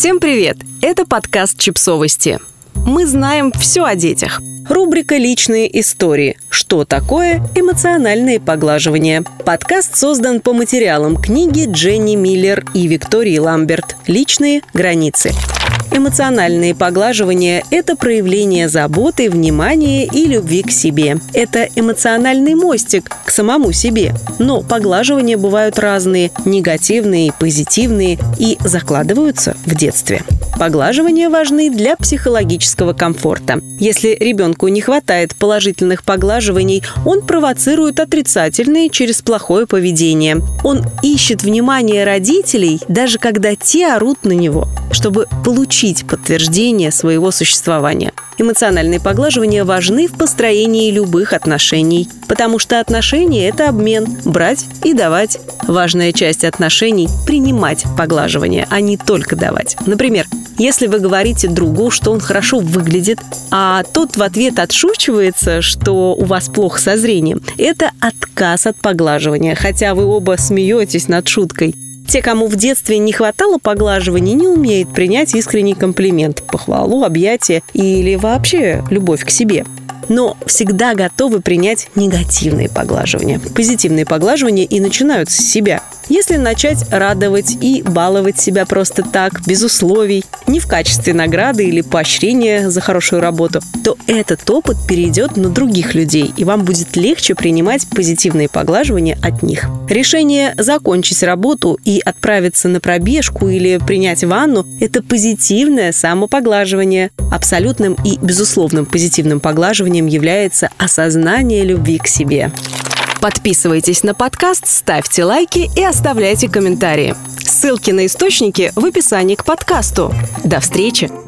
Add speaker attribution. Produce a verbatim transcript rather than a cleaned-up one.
Speaker 1: Всем привет! Это подкаст «Чипсовости». Мы знаем все о детях. Рубрика «Личные истории». Что такое эмоциональные поглаживания? Подкаст создан по материалам книги Дженни Миллер и Виктории Ламберт «Личные границы». Эмоциональные поглаживания – это проявление заботы, внимания и любви к себе. Это эмоциональный мостик к самому себе. Но поглаживания бывают разные – негативные, позитивные и закладываются в детстве. Поглаживания важны для психологического комфорта. Если ребенку не хватает положительных поглаживаний, он провоцирует отрицательные через плохое поведение. Он ищет внимание родителей, даже когда те орут на него, чтобы получить подтверждение своего существования. Эмоциональные поглаживания важны в построении любых отношений, потому что отношения – это обмен, брать и давать. Важная часть отношений – принимать поглаживания, а не только давать. Например, если вы говорите другу, что он хорошо выглядит, а тот в ответ отшучивается, что у вас плохо со зрением, это отказ от поглаживания, хотя вы оба смеетесь над шуткой. Те, кому в детстве не хватало поглаживаний, не умеют принять искренний комплимент, похвалу, объятие или вообще любовь к себе. Но всегда готовы принять негативные поглаживания. Позитивные поглаживания и начинаются с себя. Если начать радовать и баловать себя просто так, без условий, не в качестве награды или поощрения за хорошую работу, то этот опыт перейдет на других людей, и вам будет легче принимать позитивные поглаживания от них. Решение закончить работу и отправиться на пробежку или принять ванну – это позитивное самопоглаживание. Абсолютным и безусловным позитивным поглаживанием является осознание любви к себе. Подписывайтесь на подкаст, ставьте лайки и оставляйте комментарии. Ссылки на источники в описании к подкасту. До встречи!